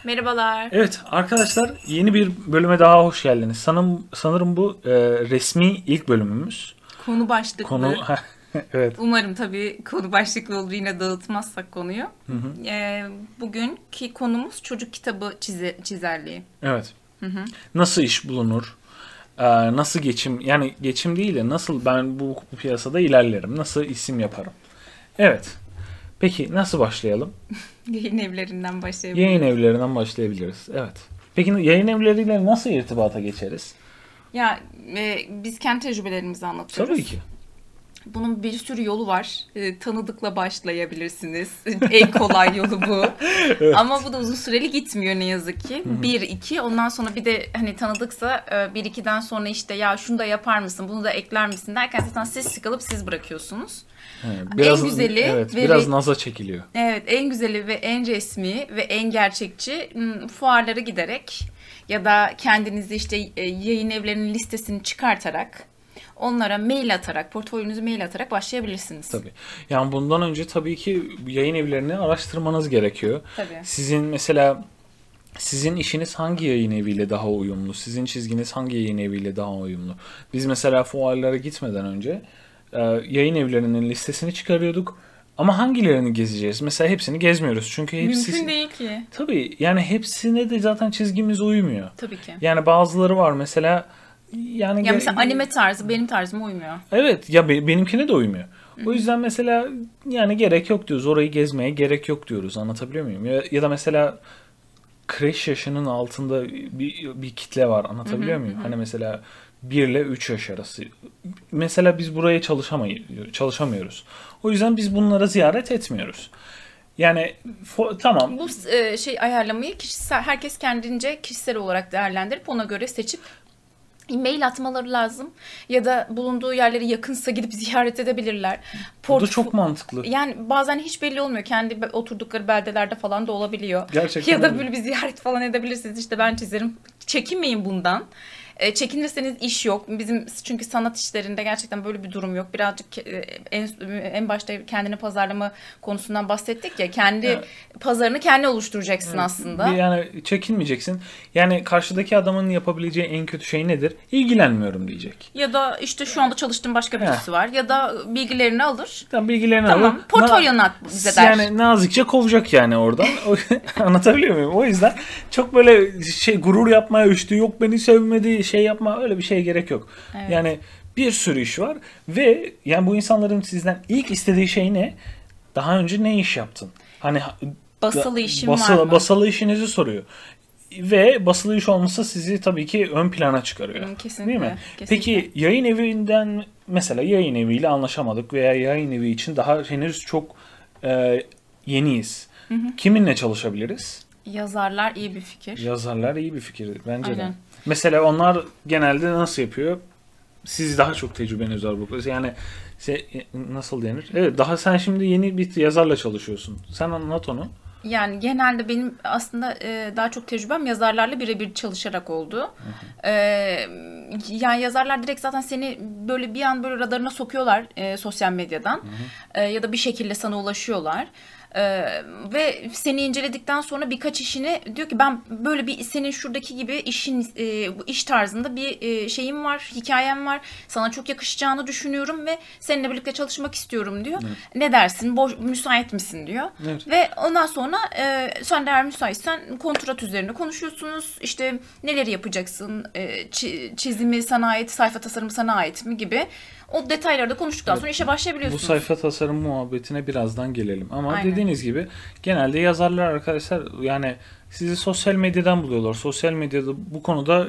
Merhabalar. Evet arkadaşlar, yeni bir bölüme daha hoş geldiniz. Sanırım bu resmi ilk bölümümüz. Konu Konu başlıklı. evet. Umarım tabii konu başlıklı olur yine dağıtmazsak konuyu. Ee, Bugünkü konumuz çocuk kitabı çizerliği. Evet. Nasıl iş bulunur? Nasıl geçim, yani geçim değil de nasıl ben bu piyasada ilerlerim? Nasıl isim yaparım? Evet. Peki nasıl başlayalım? Yayın evlerinden Yayın başlayabiliriz. evlerinden başlayabiliriz. Evet. Peki yayın evleriyle nasıl irtibata geçeriz? Ya biz kendi tecrübelerimizi Tabii anlatıyoruz. ki. Bunun bir sürü yolu var. Tanıdıkla başlayabilirsiniz. En kolay yolu bu. Ama bu da uzun süreli gitmiyor ne yazık ki. Bir, iki. Ondan sonra bir de hani tanıdıksa bir, ikiden sonra işte ya şunu da yapar mısın, bunu da ekler misin derken zaten siz sıkılıp siz bırakıyorsunuz. Evet, En güzeli evet, ve biraz naza çekiliyor. evet, en güzeli ve en resmi ve en gerçekçi fuarlara giderek ya da kendinizi işte yayın evlerinin listesini çıkartarak onlara mail atarak, portfolyonuzu mail atarak başlayabilirsiniz. Tabii. Yani bundan önce tabii ki yayın evlerini araştırmanız gerekiyor. Tabii. Sizin işiniz hangi yayın eviyle daha uyumlu? Sizin çizginiz hangi yayın eviyle daha uyumlu? Biz mesela fuarlara gitmeden önce yayın evlerinin listesini çıkarıyorduk. Ama hangilerini gezeceğiz? Mesela hepsini gezmiyoruz. Çünkü Mümkün hepsi değil ki. tabii yani hepsine de zaten çizgimiz uymuyor. Tabii ki. Yani bazıları var mesela, yani Ya mesela anime tarzı benim tarzıma uymuyor. evet ya, benimkine de uymuyor. O yüzden mesela yani gerek yok diyoruz. Orayı gezmeye gerek yok diyoruz. Anlatabiliyor muyum? Ya da mesela kreş yaşının altında bir kitle var. Anlatabiliyor muyum? Hani mesela 1 ile 3 yaş arası. Mesela biz buraya çalışamıyoruz. O yüzden biz bunlara ziyaret etmiyoruz. Yani tamam. Bu şey ayarlamayı kişisel, herkes kendince kişisel olarak değerlendirip ona göre seçip mail atmaları lazım. Ya da bulunduğu yerleri yakınsa gidip ziyaret edebilirler. Bu da çok mantıklı. Yani bazen hiç belli olmuyor. Kendi oturdukları beldelerde falan da olabiliyor. Gerçekten Ya da öyle. böyle bir ziyaret falan edebilirsiniz. İşte ben çizerim. Çekinmeyin bundan. Çekinirseniz iş yok. Bizim çünkü sanat işlerinde gerçekten böyle bir durum yok. Birazcık en başta kendini pazarlama konusundan bahsettik ya. Kendi Ya, pazarını kendi oluşturacaksın aslında. yani çekinmeyeceksin. Yani karşıdaki adamın yapabileceği en kötü şey nedir? İlgilenmiyorum diyecek. Ya da işte şu anda çalıştığım başka birisi var. Ya da bilgilerini alır. Tam bilgilerini Tamam. alır. Portfolyonu at bize der. Yani nazikçe kovacak yani oradan. Anlatabiliyor muyum? O yüzden çok böyle gurur yapmaya, işte yok beni sevmedi, şey yapma, öyle bir şeye gerek yok. Evet. Yani bir sürü iş var ve yani bu insanların sizden ilk istediği şey ne? Daha önce ne iş yaptın? Hani Basılı işin var mı? basılı işinizi soruyor. Ve basılı iş olması sizi tabii ki ön plana çıkarıyor. Kesinlikle. Değil mi? Kesinlikle. Peki yayın evinden, mesela yayın eviyle anlaşamadık veya yayın evi için daha henüz çok yeniyiz. Kiminle çalışabiliriz? Yazarlar iyi bir fikir. Yazarlar iyi bir fikir bence de. Aynen. Mesela onlar genelde nasıl yapıyor? Siz daha çok tecrübeniz var bu konuda. Yani nasıl denir? Evet, daha sen şimdi yeni bir yazarla çalışıyorsun. Sen anlat onu. Yani genelde benim aslında daha çok tecrübem yazarlarla birebir çalışarak oldu. E, Yani yazarlar direkt zaten seni böyle bir an böyle radarına sokuyorlar sosyal medyadan. Ya da bir şekilde sana ulaşıyorlar. Ve seni inceledikten sonra birkaç işini diyor ki ben böyle bir senin şuradaki gibi bu iş tarzında bir şeyim var, hikayem var. Sana çok yakışacağını düşünüyorum ve seninle birlikte çalışmak istiyorum diyor. Evet. Ne dersin? Müsait misin diyor. Evet. Ve ondan sonra sen de eğer müsaitsen kontrat üzerine konuşuyorsunuz. İşte neleri yapacaksın? Çizimi sana ait, sayfa tasarımı sana ait mi gibi. O detayları da konuştuktan sonra işe Bu başlayabiliyorsunuz. sayfa tasarım muhabbetine birazdan gelelim. Ama Aynen. dediğiniz gibi genelde yazarlar arkadaşlar yani sizi sosyal medyadan buluyorlar. Sosyal medyada bu konuda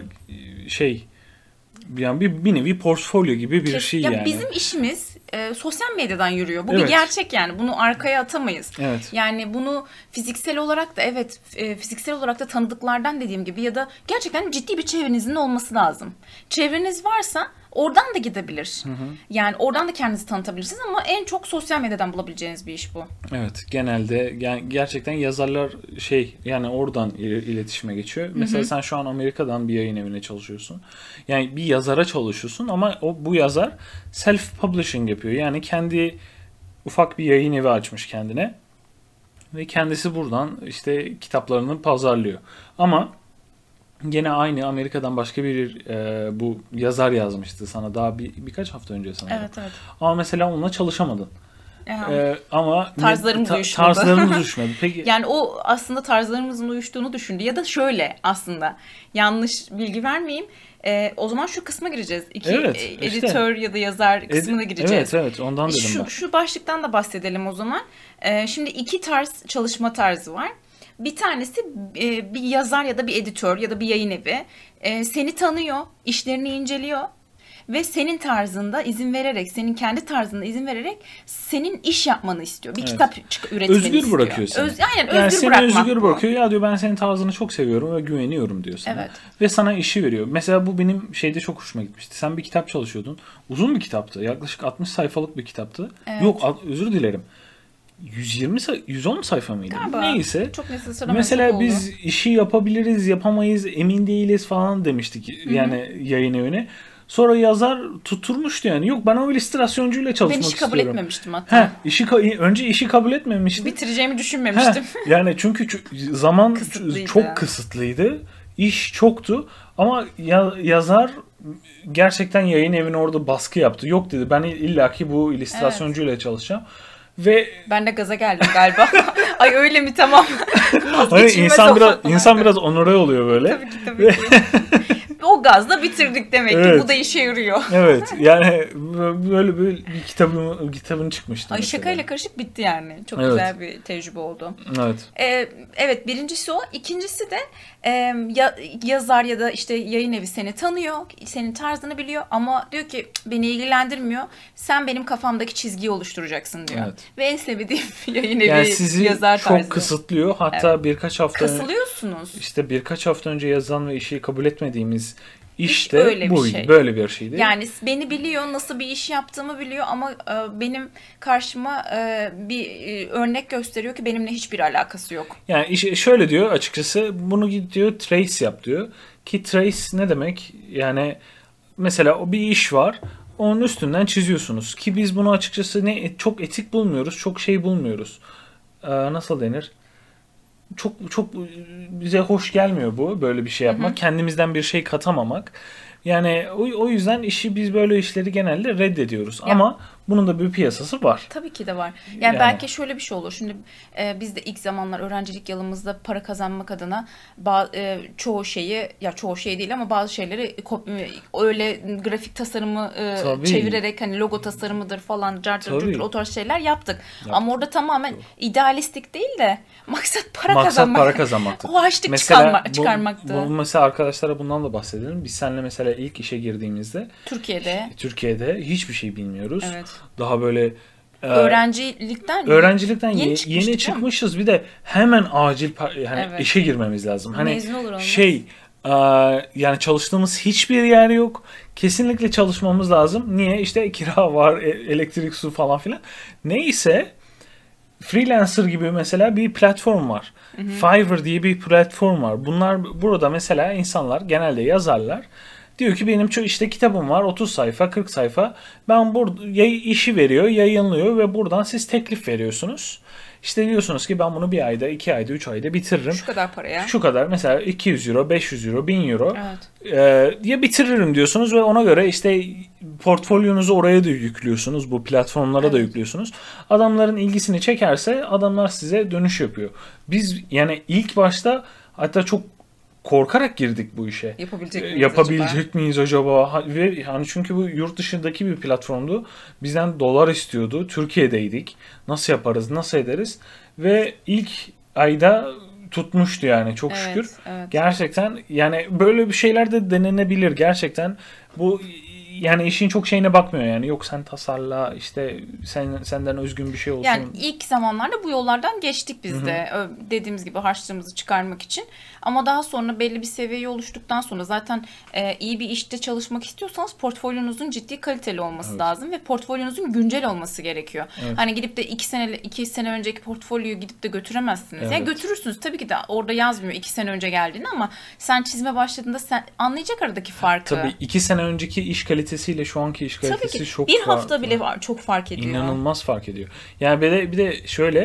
yani bir nevi portfolyo gibi bir şey Ya yani. bizim işimiz sosyal medyadan yürüyor. Bu Evet. bir gerçek yani. Bunu arkaya atamayız. Evet. Yani bunu fiziksel olarak da fiziksel olarak da tanıdıklardan dediğim gibi ya da gerçekten ciddi bir çevrenizin olması lazım. Çevreniz varsa oradan da gidebilir. Yani oradan da kendinizi tanıtabilirsiniz ama en çok sosyal medyadan bulabileceğiniz bir iş bu. Evet, genelde yani gerçekten yazarlar yani oradan iletişime geçiyor. Mesela sen şu an Amerika'dan bir yayın evine çalışıyorsun. Yani bir yazara çalışıyorsun ama bu yazar self publishing yapıyor. Yani kendi ufak bir yayın evi açmış kendine. ve kendisi buradan işte kitaplarını pazarlıyor. Ama gene aynı Amerika'dan başka bir bu yazar yazmıştı sana daha birkaç hafta önce sanırım. Evet, evet. Ama mesela onunla çalışamadın. Ya. Ama Tarzlarımız uyuşmadı. Tarzlarımız uyuşmadı. Peki Yani o aslında tarzlarımızın uyuştuğunu düşündü. Ya da şöyle aslında yanlış bilgi vermeyeyim. O zaman şu kısma gireceğiz. Evet, işte. Editör ya da yazar kısmına gireceğiz. Evet ondan dedim ben. Şu başlıktan da bahsedelim o zaman. Şimdi iki tarz çalışma tarzı var. Bir tanesi bir yazar ya da bir editör ya da bir yayın evi seni tanıyor, işlerini inceliyor ve senin tarzında izin vererek, senin kendi tarzında izin vererek senin iş yapmanı istiyor. Bir kitap üretmeni özgür istiyor. bırakıyor seni. Aynen, yani özgür seni bırakmak özgür bu. bırakıyor. Ya diyor ben senin tarzını çok seviyorum ve güveniyorum diyor sana. Evet. Ve sana işi veriyor. Mesela bu benim şeyde çok hoşuma gitmişti. Sen bir kitap çalışıyordun. Uzun bir kitaptı. Yaklaşık 60 sayfalık bir kitaptı. Evet. Yok özür dilerim. 110 sayfa mıydı? Galiba. Neyse. Çok hatırlamıyorum, Mesela çok biz oldu. işi yapabiliriz, yapamayız, emin değiliz falan demiştik yani yayın evine. Sonra yazar tutturmuştu yani. Yok ben o illüstrasyoncuyla çalışmak Ben işi kabul istiyorum. etmemiştim hatta. Önce işi kabul etmemişti. Bitireceğimi düşünmemiştim. Yani çünkü zaman Kısıtlıydı. çok kısıtlıydı. İş çoktu ama yazar gerçekten yayın evine orada baskı yaptı. Yok dedi ben illaki bu illüstrasyoncuyla çalışacağım. Ve Ben de gaza geldim galiba. Ay öyle mi, tamam. hani insan biraz onore oluyor böyle. Tabii ki. O gazla bitirdik demek Evet. ki. Bu da işe yarıyor. Evet. Yani böyle bir kitabın çıkmıştı. Ay mesela. şakayla karışık bitti yani. Çok Evet. güzel bir tecrübe oldu. Evet. Evet, birincisi o. İkincisi de yazar ya da işte yayın evi seni tanıyor. Senin tarzını biliyor ama diyor ki beni ilgilendirmiyor. Sen benim kafamdaki çizgiyi oluşturacaksın diyor. Evet. Ve en sevdiğim yayın evi Yani sizi yazar çok tarzı. kısıtlıyor. Hatta birkaç hafta Kısılıyorsunuz. işte birkaç hafta önce yazılan ve işi kabul etmediğimiz İş işte öyle bir buydu. şey. Böyle bir şeydi. Yani beni biliyor, nasıl bir iş yaptığımı biliyor ama benim karşıma bir örnek gösteriyor ki benimle hiçbir alakası yok. Yani şöyle diyor açıkçası bunu git diyor trace yap diyor. Ki trace ne demek? Yani mesela o bir iş var. Onun üstünden çiziyorsunuz. Ki biz bunu açıkçası çok etik bulmuyoruz. Çok şey bulmuyoruz. Nasıl denir? Çok bize hoş gelmiyor bu böyle bir şey yapmak. Hı hı. Kendimizden bir şey katamamak. Yani o yüzden biz böyle işleri genelde reddediyoruz. Ya. Ama bunun da bir piyasası var. Tabii ki de var. Yani belki şöyle bir şey olur. Şimdi biz de ilk zamanlar öğrencilik yılımızda para kazanmak adına çoğu şey değil ama bazı şeyleri öyle grafik tasarımı çevirerek hani logo tasarımıdır falan o tarz şeyler yaptık. Ama orada tamamen idealistik değil de maksat para kazanmaktı. O harçlık çıkarmaktı. Mesela arkadaşlara bundan da bahsedelim. Biz seninle mesela ilk işe girdiğimizde Türkiye'de hiçbir şey bilmiyoruz. Evet. Daha böyle öğrencilikten yeni çıkmışız. Bir de hemen acil işe girmemiz lazım. Hani mezun olur olmaz. Yani çalıştığımız hiçbir yer yok. Kesinlikle çalışmamız lazım. Niye? İşte kira var, elektrik, su falan filan. Neyse Freelancer gibi mesela bir platform var. Hı hı. Fiverr diye bir platform var. Burada mesela insanlar genelde yazarlar. Diyor ki benim işte kitabım var 30 sayfa 40 sayfa. Ben burada işi veriyor, yayınlıyor ve buradan siz teklif veriyorsunuz. İşte diyorsunuz ki ben bunu bir ayda, 2 ayda, 3 ayda bitiririm. Şu kadar paraya. Şu kadar mesela 200 euro, 500 euro, 1000 euro diye bitiririm diyorsunuz ve ona göre işte portfolyonuzu oraya da yüklüyorsunuz. Bu platformlara da yüklüyorsunuz. Adamların ilgisini çekerse adamlar size dönüş yapıyor. Biz yani ilk başta hatta çok korkarak girdik bu işe. Yapabilecek miyiz acaba? Ve yani çünkü bu yurt dışındaki bir platformdu. Bizden dolar istiyordu. Türkiye'deydik. Nasıl yaparız? Nasıl ederiz? Ve ilk ayda tutmuştu yani çok şükür. Evet. Gerçekten yani böyle bir şeyler de denenebilir gerçekten. Bu yani işin çok şeyine bakmıyor yani. Yok sen tasarla işte senden özgün bir şey olsun. Yani ilk zamanlarda bu yollardan geçtik biz de. Hı-hı. Dediğimiz gibi harçlığımızı çıkarmak için. Ama daha sonra belli bir seviyeye oluştuktan sonra zaten iyi bir işte çalışmak istiyorsanız portfolyonuzun ciddi kaliteli olması lazım ve portfolyonuzun güncel olması gerekiyor. Evet. Hani gidip de 2 sene önceki portfolyoyu gidip de götüremezsiniz. Evet. Yani götürürsünüz tabii ki de orada yazmıyor 2 sene önce geldiğini ama sen çizime başladığında sen anlayacak aradaki farkı. Tabii 2 sene önceki iş kalitesiyle şu anki iş kalitesi çok bir hafta bile çok fark ediyor. İnanılmaz fark ediyor. Yani bir de şöyle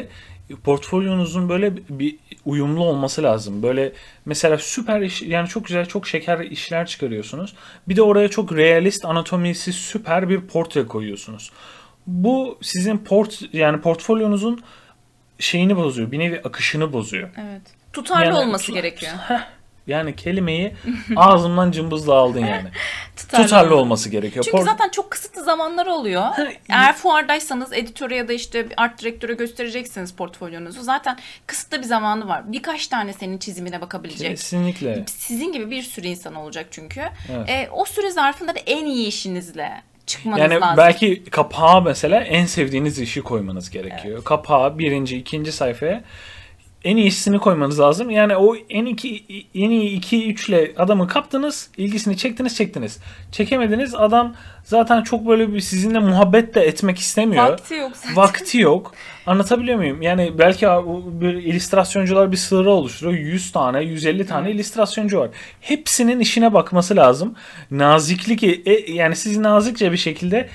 portfolyonuzun böyle bir uyumlu olması lazım. Böyle mesela süper iş, yani çok güzel, çok şeker işler çıkarıyorsunuz. Bir de oraya çok realist, anatomisi süper bir portre koyuyorsunuz. Bu sizin yani portfolyonuzun şeyini bozuyor. Bir nevi akışını bozuyor. Evet. Tutarlı Yani olması gerekiyor. Yani kelimeyi ağzımdan cımbızla aldın yani. Tutarlı Tutarlı olması gerekiyor. Çünkü zaten çok kısıtlı zamanlar oluyor. Eğer fuardaysanız editöre ya da işte art direktöre göstereceksiniz portfolyonuzu. Zaten kısıtlı bir zamanı var. Birkaç tane senin çizimine bakabilecek. Kesinlikle. Sizin gibi bir sürü insan olacak çünkü. Evet. O süre zarfında da en iyi işinizle çıkmanız Yani lazım. belki kapağa mesela en sevdiğiniz işi koymanız gerekiyor. Evet. Kapağa birinci, ikinci sayfaya en iyisini koymanız lazım. Yani o en iyi 2-3 ile adamı kaptınız, ilgisini çektiniz. Çekemediniz, adam zaten çok böyle bir sizinle muhabbet de etmek istemiyor. Vakti yok zaten. Vakti yok. Anlatabiliyor muyum? Yani belki bir illüstrasyoncular bir sıra oluşturuyor. 100 tane, 150 tane illüstrasyoncu var. Hepsinin işine bakması lazım. Naziklik, yani siz nazikçe bir şekilde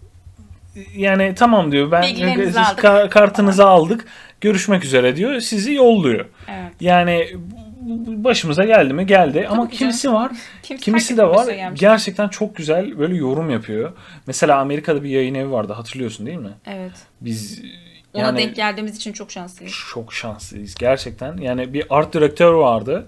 yani tamam diyor, ben kartınızı aldık, görüşmek üzere diyor, sizi yolluyor. Evet. Yani başımıza geldi mi geldi ama kimisi var, kimisi de var gerçekten çok güzel böyle yorum yapıyor. Mesela Amerika'da bir yayın evi vardı, hatırlıyorsun değil mi? Evet. Biz ona denk geldiğimiz için çok şanslıyız. Çok şanslıyız gerçekten. Yani bir art direktör vardı.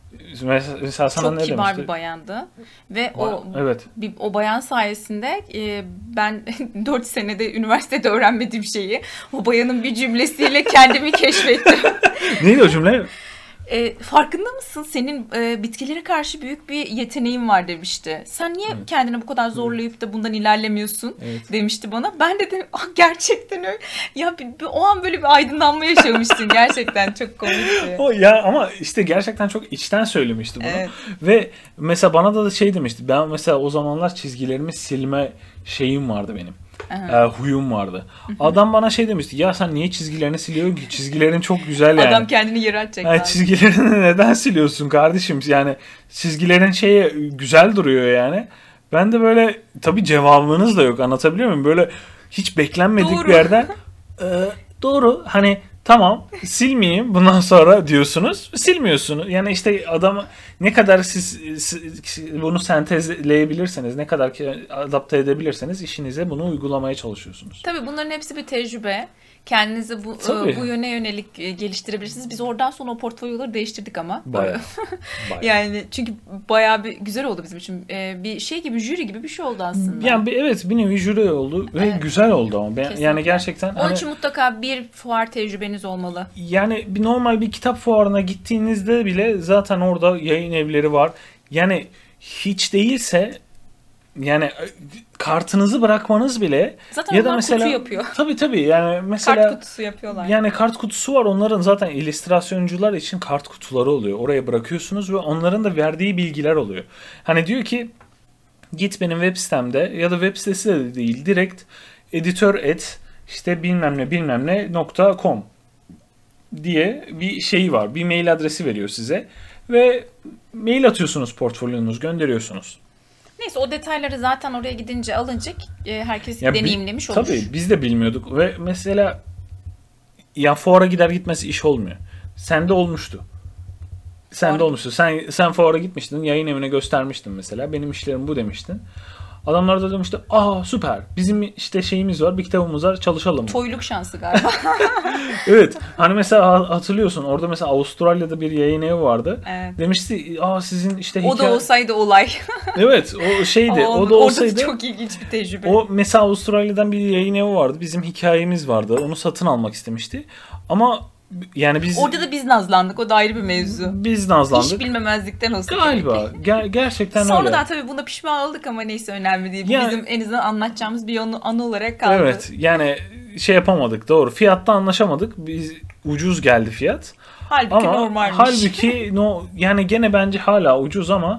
Mesela sana çok ne kibar demişti? Bir bayandı ve evet. o bayan sayesinde ben 4 senede üniversitede öğrenmediğim şeyi o bayanın bir cümlesiyle kendimi keşfettim. Neydi o cümle? Farkında mısın? Senin bitkilere karşı büyük bir yeteneğin var demişti. Sen niye kendini bu kadar zorlayıp da bundan ilerlemiyorsun demişti bana. Ben de dedim gerçekten öyle. Ya o an böyle bir aydınlanma yaşamıştım. Gerçekten çok komikti. O ya ama işte gerçekten çok içten söylemişti bunu. Evet. Ve mesela bana da şey demişti. Ben mesela o zamanlar çizgilerimi silme şeyim vardı benim. Huyum vardı. Adam bana şey demişti. Ya sen niye çizgilerini siliyorsun ki? Çizgilerin çok güzel yani. Adam kendini yere atacak. Yani çizgilerini neden siliyorsun kardeşim? Yani çizgilerin güzel duruyor yani. Ben de böyle tabii cevabınız da yok. Anlatabiliyor muyum? Böyle hiç beklenmedik bir yerden doğru hani tamam silmeyeyim bundan sonra diyorsunuz. Silmiyorsunuz. Yani işte adam ne kadar siz bunu sentezleyebilirseniz, ne kadar adapte edebilirseniz işinize bunu uygulamaya çalışıyorsunuz. Tabii bunların hepsi bir tecrübe. Kendinizi bu yöne yönelik geliştirebilirsiniz. Biz oradan sonra o portfolyoları değiştirdik ama. Bayağı. Yani çünkü bayağı bir güzel oldu bizim için. Bir şey gibi, jüri gibi bir şey oldu aslında. Yani bir nevi jüri oldu ve güzel oldu ama. Yani gerçekten. Onun için mutlaka bir fuar tecrübeniz olmalı. Yani normal bir kitap fuarına gittiğinizde bile zaten orada yayın evleri var. Yani hiç değilse yani kartınızı bırakmanız bile zaten ya da mesela kutu yapıyor. Tabii yani mesela kart kutusu yapıyorlar. Yani kart kutusu var. Onların zaten illüstrasyoncular için kart kutuları oluyor. Oraya bırakıyorsunuz ve onların da verdiği bilgiler oluyor. Hani diyor ki git benim web sitemde ya da web sitesi de değil, direkt editör@ işte bilmem ne .com diye bir şey var. Bir mail adresi veriyor size ve mail atıyorsunuz, portfolyonuzu gönderiyorsunuz. Neyse o detayları zaten oraya gidince alınacak. Herkes deneyimlemiş olur. Tabii biz de bilmiyorduk ve mesela ya fuara gider gitmez iş olmuyor. Sende olmuştu. Sende olmuştu. Sen fuara gitmiştin, yayın evine göstermiştin mesela. Benim işlerim bu demiştin. Adamlar da demişti, süper. Bizim işte şeyimiz var, bir kitabımız var, çalışalım. Toyluk şansı galiba. Evet. Hani mesela hatırlıyorsun, orada mesela Avustralya'da bir yayın evi vardı. Evet. Demişti, sizin işte o da olsaydı olay. Evet, o şeydi. O da olsaydı. Orada çok ilginç bir tecrübe. O mesela Avustralya'dan bir yayın evi vardı. Bizim hikayemiz vardı. Onu satın almak istemişti. Ama yani biz... Orada da biz nazlandık. O da ayrı bir mevzu. Biz nazlandık. Hiç bilmemezlikten olsa. Galiba. Gerçekten öyle. Sonradan tabii buna pişman olduk ama neyse önemli değil. Bu bizim en azından anlatacağımız bir anı olarak kaldı. Evet. Yani şey yapamadık. Doğru. Fiyatta anlaşamadık. Biz ucuz geldi fiyat. Halbuki normalmiş. Halbuki yani gene bence hala ucuz ama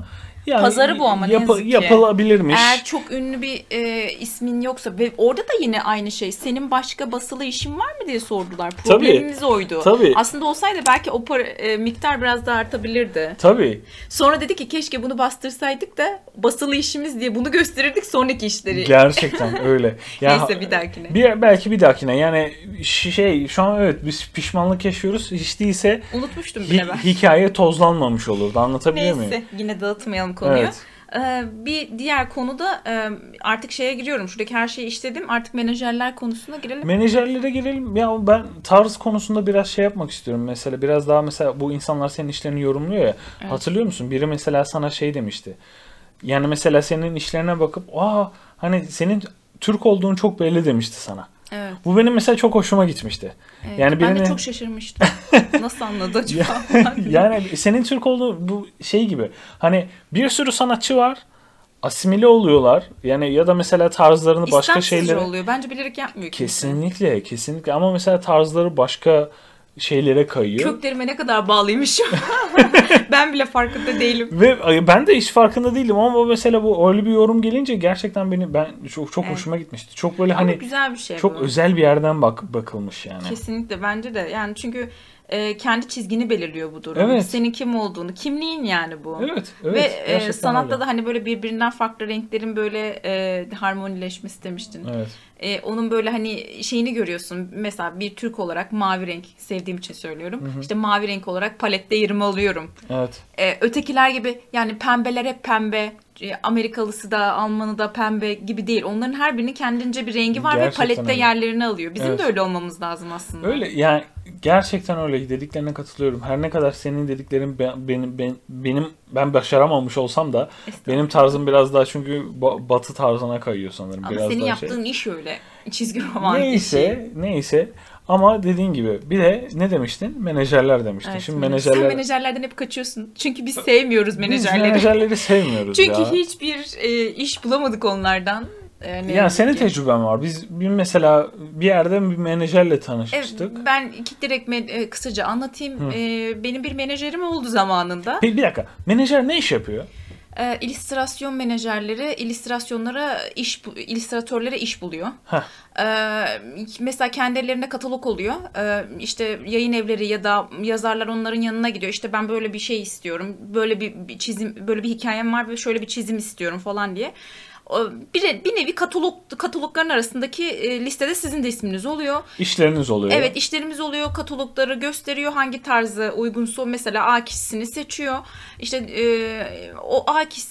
Yani Pazarı bu ama ne yazık ki. Yapılabilirmiş. Eğer çok ünlü bir ismin yoksa ve orada da yine aynı şey. Senin başka basılı işin var mı diye sordular. Problemimiz oydu. Tabii. Aslında olsaydı belki o miktar biraz daha artabilirdi. Tabii. Sonra dedi ki keşke bunu bastırsaydık da basılı işimiz diye bunu gösterirdik sonraki işleri. Gerçekten öyle. Yani, Neyse bir dahakine. Belki bir dahakine. Yani şu an evet biz pişmanlık yaşıyoruz. Hiç değilse Unutmuştum bile ben. hikaye tozlanmamış olurdu. Anlatabiliyor muyum? Neyse yine dağıtmayalım konuyu. Evet. Bir diğer konuda artık şeye giriyorum. Şuradaki her şeyi işledim. Artık menajerler konusuna girelim. Menajerlere girelim. Ya ben tarz konusunda biraz şey yapmak istiyorum. Mesela biraz daha mesela bu insanlar senin işlerini yorumluyor ya. Evet. Hatırlıyor musun? Biri mesela sana şey demişti. Yani mesela senin işlerine bakıp hani senin Türk olduğun çok belli demişti sana. Evet. Bu benim mesela çok hoşuma gitmişti. Evet, Yani ben de çok şaşırmıştım. Nasıl anladı acaba? Yani senin Türk olduğu bu şey gibi. Hani bir sürü sanatçı var. Asimile oluyorlar. Yani ya da mesela tarzlarını başka İstemsizce şeylere oluyor. Bence bilerek yapmıyor kimse. kesinlikle ama mesela tarzları başka şeylere kayıyor. Köklerime ne kadar bağlıymışım. Ben bile farkında değilim. Ve ben de hiç farkında değilim ama mesela bu öyle bir yorum gelince gerçekten ben çok Evet. hoşuma gitmişti. Çok böyle Ama hani güzel bir şey çok bu. özel bir yerden bakılmış yani. Kesinlikle bence de. Yani çünkü kendi çizgini belirliyor bu durum. Evet. Senin kim olduğunu, kimliğin yani bu. Evet, Ve gerçekten sanatta öyle. da hani böyle birbirinden farklı renklerin böyle harmonileşmesi demiştin. Evet. Onun böyle hani şeyini görüyorsun. Mesela bir Türk olarak mavi renk sevdiğim için söylüyorum. İşte mavi renk olarak palette yerimi alıyorum. Evet. Ötekiler gibi yani pembeler hep pembe. Amerikalısı da Almanı da pembe gibi değil. Onların her birinin kendince bir rengi var Gerçekten ve palette öyle. yerlerini alıyor. Bizim Evet. de öyle olmamız lazım aslında. Öyle yani gerçekten öyle dediklerine katılıyorum. Her ne kadar senin dediklerin ben başaramamış olsam da benim tarzım biraz daha çünkü batı tarzına kayıyor sanırım. Ama Biraz senin daha yaptığın iş öyle. Çizgi roman işi. Neyse ama dediğin gibi bir de ne demiştin? Menajerler demiştin. Evet, Şimdi Sen menajerlerden hep kaçıyorsun. Çünkü biz sevmiyoruz menajerleri. Biz menajerleri sevmiyoruz Çünkü ya. hiçbir iş bulamadık onlardan. Yani senin tecrüben var. Bir mesela bir yerde bir menajerle tanışmıştık. Evet, ben direkt kısaca anlatayım. Benim bir menajerim oldu zamanında. Peki bir dakika. Menajer ne iş yapıyor? İllüstrasyon menajerleri illüstratörlere iş buluyor. Mesela kendi ellerinde katalog oluyor. İşte yayın evleri ya da yazarlar onların yanına gidiyor. İşte ben böyle bir şey istiyorum. Böyle bir çizim, böyle bir hikayem var ve şöyle bir çizim istiyorum falan diye. Bir nevi katalogların arasındaki listede sizin de isminiz oluyor. İşleriniz oluyor. Evet, işlerimiz oluyor. Katalogları gösteriyor. Hangi tarzı uygunsa mesela A kişisini seçiyor. İşte o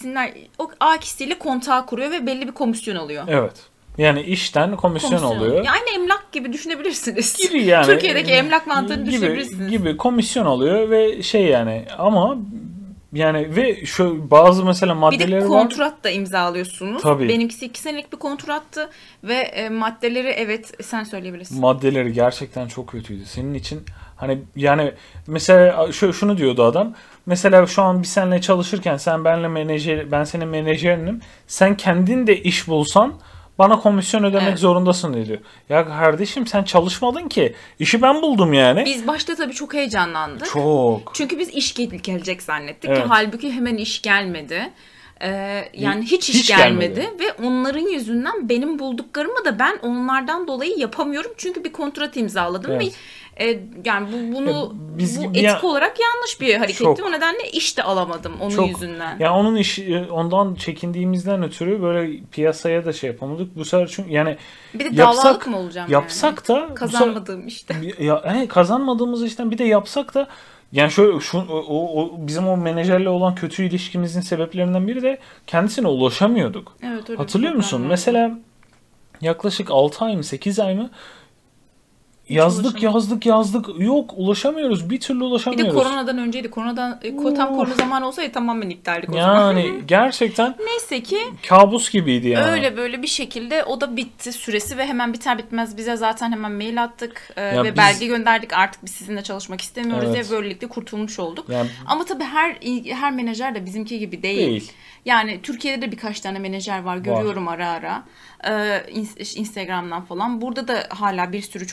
A kişisiyle kontağı kuruyor ve belli bir komisyon alıyor. Evet. Yani işten komisyon oluyor. Yani emlak gibi düşünebilirsiniz. Gibi yani. Türkiye'deki emlak mantığını düşünebilirsiniz. Gibi komisyon alıyor ve şey yani ama yani ve şu bazı mesela Bir maddeleri de var. kontrat da imzalıyorsunuz. Tabii. Benimkisi 2 senelik bir kontrattı ve maddeleri evet sen söyleyebilirsin. Maddeleri gerçekten çok kötüydü. Senin için hani yani mesela şunu diyordu adam. Mesela şu an biz seninle çalışırken ben senin menajerinim. Sen kendin de iş bulsan bana komisyon ödemek zorundasın diyor. Ya kardeşim sen çalışmadın ki. İşi ben buldum yani. Biz başta tabii çok heyecanlandık. Çok. Çünkü biz iş gelecek zannettik Evet. ki halbuki hemen iş gelmedi. Yani hiç Hiç gelmedi ve onların yüzünden benim bulduklarımı da ben onlardan dolayı yapamıyorum çünkü bir kontrat imzaladım Evet. ve yani bu etik olarak yanlış bir hareketti. Çok. O nedenle iş de alamadım onun yüzünden. Ya ondan çekindiğimizden ötürü böyle piyasaya da şey yapamadık. Bu sefer çünkü yani Bir de davalık mı olacağım yapsak yani? da Kazanmadığım işte. Kazanmadığımız işten bir de yapsak da yani bizim o menajerle olan kötü ilişkimizin sebeplerinden biri de kendisine ulaşamıyorduk. Evet, öyle Hatırlıyor musun? Mesela yaklaşık 6 ay mı 8 ay mı yazdık. Yok ulaşamıyoruz. Bir türlü Bir ulaşamıyoruz. de koronadan önceydi. Tam korona zamanı olsaydı tamamen iptaldik o zaman. Yani gerçekten Neyse ki kabus gibiydi yani. öyle böyle bir şekilde o da bitti süresi ve hemen biter bitmez bize zaten hemen mail attık ve biz- belge gönderdik. Artık biz sizinle çalışmak istemiyoruz Evet. diye böylelikle kurtulmuş olduk. Yani- Ama tabii her menajer de bizimki gibi değil. Yani Türkiye'de de birkaç tane menajer var. Görüyorum ara ara. Instagram'dan falan. Burada da hala bir sürü çok güzel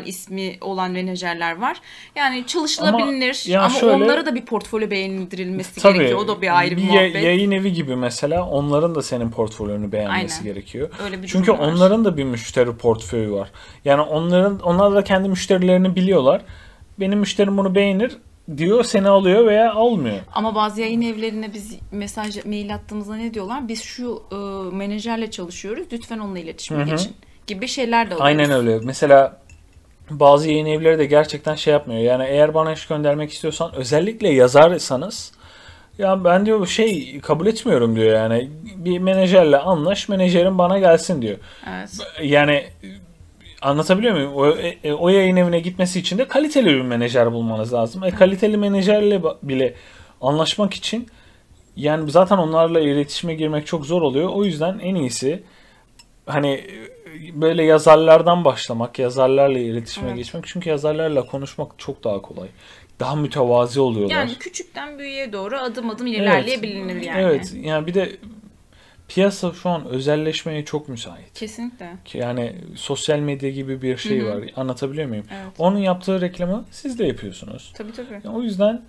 ismi olan menajerler var. Yani çalışılabilir ama şöyle, onlara da bir portfolyo beğendirilmesi tabii, gerekiyor. O da bir ayrı bir muhabbet. Yayın evi gibi mesela onların da senin portfolyonu beğenmesi gerekiyor. Öyle bir Çünkü durum var. onların da bir müşteri portföyü var. Yani onlar da kendi müşterilerini biliyorlar. Benim müşterim bunu beğenir diyor, seni alıyor veya almıyor. Ama bazı yayın evlerine biz mail attığımızda ne diyorlar? Biz şu menajerle çalışıyoruz. Lütfen onunla iletişime geçin. Gibi şeyler de alıyoruz. Aynen öyle. Mesela bazı yayın evleri de gerçekten şey yapmıyor. Yani eğer bana iş göndermek istiyorsan, özellikle yazarsanız, ya ben diyor kabul etmiyorum diyor yani. Bir menajerle anlaş, menajerin bana gelsin diyor. Evet. Yani anlatabiliyor muyum? O yayın evine gitmesi için de kaliteli bir menajer bulmanız lazım. Kaliteli menajerle bile anlaşmak için yani zaten onlarla iletişime girmek çok zor oluyor. O yüzden en iyisi hani böyle yazarlardan başlamak, yazarlarla iletişime geçmek. Çünkü yazarlarla konuşmak çok daha kolay. Daha mütevazi oluyorlar. Yani küçükten büyüğe doğru adım adım ilerleyebilir yani. Evet. Yani bir de piyasa şu an özelleşmeye çok müsait. Kesinlikle. Yani sosyal medya gibi bir şey var. Anlatabiliyor muyum? Evet. Onun yaptığı reklamı siz de yapıyorsunuz. Tabii. Yani o yüzden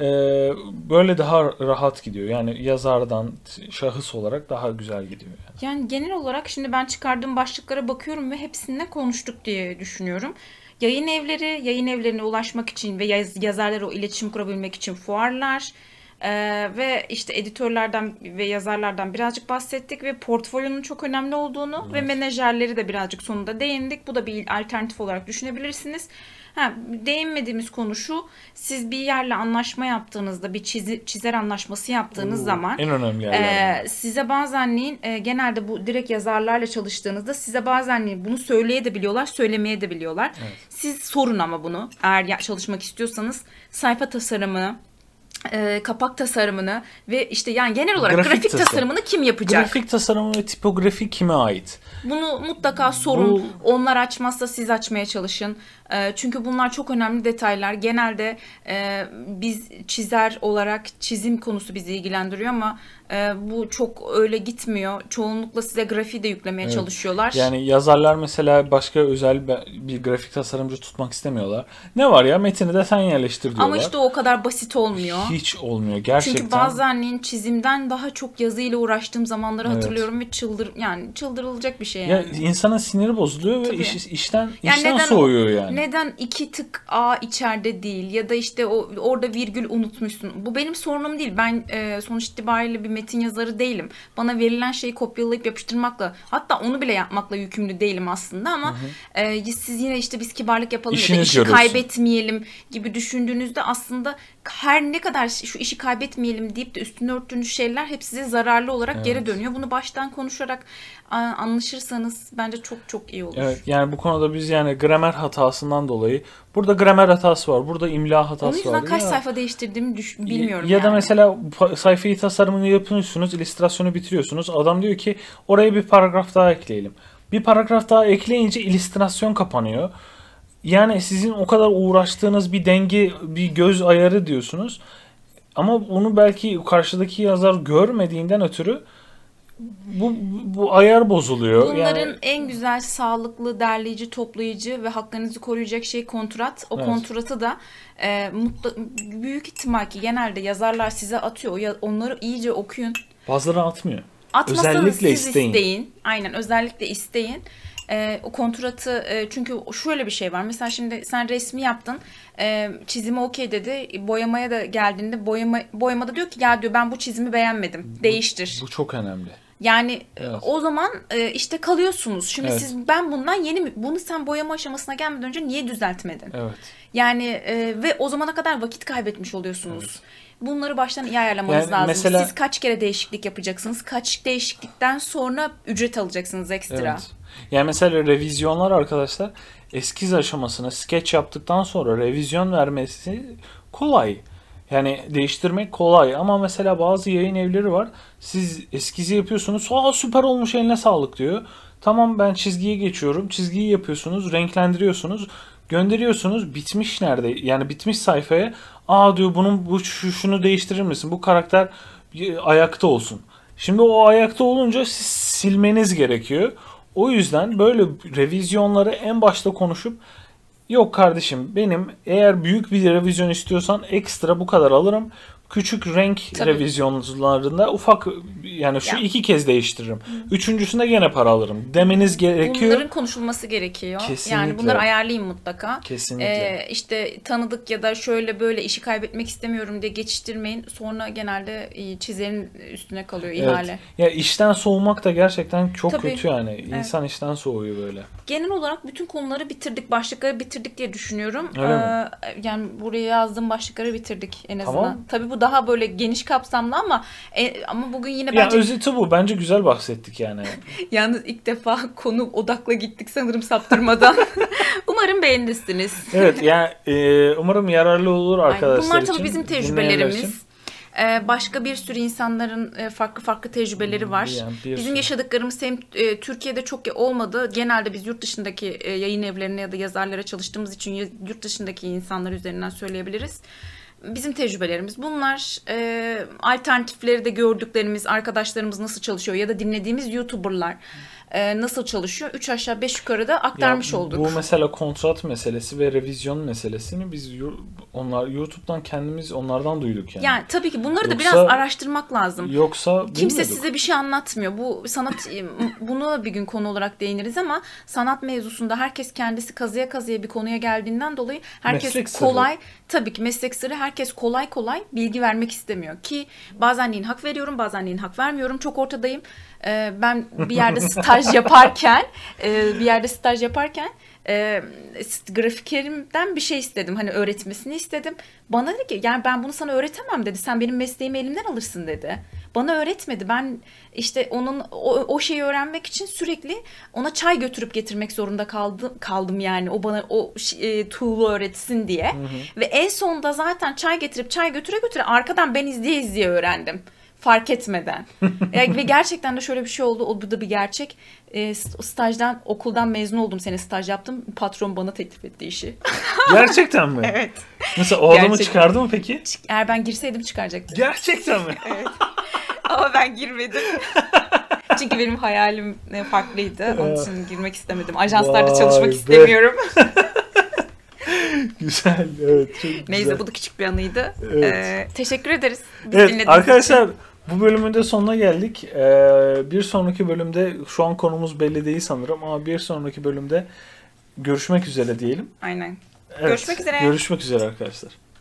böyle daha rahat gidiyor. Yani yazardan, şahıs olarak daha güzel gidiyor. Yani genel olarak şimdi ben çıkardığım başlıklara bakıyorum ve hepsinde konuştuk diye düşünüyorum. Yayın evlerine ulaşmak için ve yazarlara o iletişim kurabilmek için fuarlar ve işte editörlerden ve yazarlardan birazcık bahsettik ve portfolyonun çok önemli olduğunu ve menajerleri de birazcık sonunda değindik. Bu da bir alternatif olarak düşünebilirsiniz. Değinmediğimiz konu şu: siz bir yerle anlaşma yaptığınızda, bir çizer anlaşması yaptığınız zaman en önemli yerler. size bazenleyin genelde bu direkt yazarlarla çalıştığınızda size bazenleyin bunu söyleyebiliyorlar, söylemeye de biliyorlar. Evet. Siz sorun ama bunu eğer çalışmak istiyorsanız sayfa tasarımı, kapak tasarımını ve işte yani genel olarak grafik tasarımını kim yapacak? Grafik tasarımı ve tipografi kime ait? Bunu mutlaka sorun. Onlar açmazsa siz açmaya çalışın. Çünkü bunlar çok önemli detaylar. Genelde biz çizer olarak çizim konusu bizi ilgilendiriyor ama bu çok öyle gitmiyor. Çoğunlukla size grafiği de yüklemeye çalışıyorlar. Yani yazarlar mesela başka özel bir grafik tasarımcı tutmak istemiyorlar. Ne var ya, metini de sen yerleştir diyorlar. Ama işte o kadar basit olmuyor. Hiç olmuyor gerçekten. Çünkü bazen çizimden daha çok yazıyla uğraştığım zamanları hatırlıyorum ve çıldırılacak bir şey yani. Ya insanın siniri bozuluyor ve işten neden soğuyor yani. Neden iki tık A içeride değil ya da işte orada virgül unutmuşsun. Bu benim sorunum değil. Ben sonuç itibariyle bir metin yazarı değilim. Bana verilen şeyi kopyalayıp yapıştırmakla, hatta onu bile yapmakla yükümlü değilim aslında ama siz yine işte biz kibarlık yapalım ya da işi kaybetmeyelim gibi düşündüğünüzde aslında her ne kadar şu işi kaybetmeyelim deyip de üstünü örttüğünüz şeyler hep size zararlı olarak geri dönüyor. Bunu baştan konuşarak anlaşırsanız bence çok çok iyi olur. Evet, yani bu konuda biz yani gramer hatasından dolayı, burada gramer hatası var, burada imla hatası var. Onun yüzden kaç sayfa değiştirdiğimi bilmiyorum ya da mesela sayfayı tasarımını yapıyorsunuz, illüstrasyonu bitiriyorsunuz. Adam diyor ki oraya bir paragraf daha ekleyelim. Bir paragraf daha ekleyince illüstrasyon kapanıyor. Yani sizin o kadar uğraştığınız bir denge, bir göz ayarı diyorsunuz. Ama onu belki karşıdaki yazar görmediğinden ötürü bu ayar bozuluyor. Bunların en güzel, sağlıklı, derleyici, toplayıcı ve haklarınızı koruyacak şey kontrat. O kontratı da büyük ihtimal ki genelde yazarlar size atıyor. Onları iyice okuyun. Bazıları atmıyor. Atmasanız özellikle siz isteyin. Aynen, özellikle isteyin. O kontratı çünkü şöyle bir şey var. Mesela şimdi sen resmi yaptın. Çizimi okey dedi. Boyamaya da geldiğinde boyamada diyor ki ya diyor ben bu çizimi beğenmedim. Değiştir. Bu çok önemli. Yani o zaman işte kalıyorsunuz. Şimdi siz bunu sen boyama aşamasına gelmeden önce niye düzeltmedin? Evet. Yani ve o zamana kadar vakit kaybetmiş oluyorsunuz. Evet. Bunları baştan iyi ayarlamanız lazım. Mesela, siz kaç kere değişiklik yapacaksınız? Kaç değişiklikten sonra ücret alacaksınız ekstra? Evet. Yani mesela revizyonlar arkadaşlar, eskiz aşamasına sketch yaptıktan sonra revizyon vermesi kolay. Yani değiştirmek kolay ama mesela bazı yayın evleri var. Siz eskizi yapıyorsunuz. Süper olmuş, eline sağlık diyor. Tamam, ben çizgiye geçiyorum. Çizgiyi yapıyorsunuz, renklendiriyorsunuz, gönderiyorsunuz. Bitmiş nerede? Yani bitmiş sayfaya. Diyor bunun şunu değiştirir misin? Bu karakter ayakta olsun. Şimdi o ayakta olunca siz silmeniz gerekiyor. O yüzden böyle revizyonları en başta konuşup Yok kardeşim, benim eğer büyük bir revizyon istiyorsan ekstra bu kadar alırım. Küçük renk Tabii. revizyonlarında ufak, yani şu Ya. 2 kez değiştiririm. Üçüncüsünde gene para alırım demeniz gerekiyor. Bunların konuşulması gerekiyor. Kesinlikle. Yani bunları ayarlayın mutlaka. Kesinlikle. İşte tanıdık ya da şöyle böyle işi kaybetmek istemiyorum diye geçiştirmeyin. Sonra genelde çizerin üstüne kalıyor ihale. Evet. Ya işten soğumak da gerçekten çok Tabii. kötü yani. İnsan işten soğuyor böyle. Genel olarak bütün konuları bitirdik, başlıkları bitirdik diye düşünüyorum. Öyle mi? Yani buraya yazdığım başlıkları bitirdik en azından. Tamam. Tabii bu daha böyle geniş kapsamlı ama bugün yine Ya bence özeti bu. Bence güzel bahsettik yani. yalnız ilk defa konu odakla gittik sanırım saptırmadan. Umarım beğenirsiniz. Evet yani umarım yararlı olur arkadaşlar Bunlar için. tabii bizim dinleyenler için. tecrübelerimiz. Başka bir sürü insanların farklı farklı tecrübeleri var. Yani bir Bizim sürü. yaşadıklarımız hem Türkiye'de çok olmadı. Genelde biz yurt dışındaki yayın evlerine ya da yazarlara çalıştığımız için yurt dışındaki insanlar üzerinden söyleyebiliriz. Bizim tecrübelerimiz bunlar. Alternatifleri de gördüklerimiz, arkadaşlarımız nasıl çalışıyor ya da dinlediğimiz YouTuber'lar nasıl çalışıyor? 3 aşağı 5 yukarı da aktarmış Ya olduk. Bu mesela kontrat meselesi ve revizyon meselesini biz YouTube'dan kendimiz onlardan duyduk yani. Yani tabii ki bunları da Yoksa- biraz araştırmak lazım. Yoksa Kimse bilmiyorduk. size bir şey anlatmıyor. Bu sanat, bunu bir gün konu olarak değiniriz ama sanat mevzusunda herkes kendisi kazıya kazıya bir konuya geldiğinden dolayı herkes Meslek sırrı. kolay, tabii ki meslek sırrı, herkes kolay kolay bilgi vermek istemiyor ki bazen neyin hak veriyorum, bazen neyin hak vermiyorum, çok ortadayım. Ben bir yerde staj yaparken grafikerimden bir şey istedim. Hani öğretmesini istedim. Bana dedi ki yani ben bunu sana öğretemem dedi. Sen benim mesleğimi elimden alırsın dedi. Bana öğretmedi. Ben işte onun o şeyi öğrenmek için sürekli ona çay götürüp getirmek zorunda kaldım yani. O bana o tool'u öğretsin diye. Ve en sonunda zaten çay getirip çay götüre arkadan ben izleye öğrendim. Fark etmeden. Ve gerçekten de şöyle bir şey oldu. Bu da bir gerçek. Okuldan mezun oldum. Sene staj yaptım. Patron bana teklif etti işi. Gerçekten mi? Evet. Mesela o adamı Gerçekten. çıkardı mı peki? Eğer ben girseydim çıkaracaktı. Gerçekten mi? Evet. Ama ben girmedim. Çünkü benim hayalim farklıydı. Onun için girmek istemedim. Ajanslarda Vay çalışmak be. istemiyorum. Güzel. Evet. Çok güzel. Neyse bu da küçük bir anıydı. Evet. Teşekkür ederiz. Bizi Evet dinlediğiniz arkadaşlar için. bu bölümün de sonuna geldik. Bir sonraki bölümde şu an konumuz belli değil sanırım ama bir sonraki bölümde görüşmek üzere diyelim. Aynen. Evet, Görüşmek üzere. Görüşmek üzere arkadaşlar.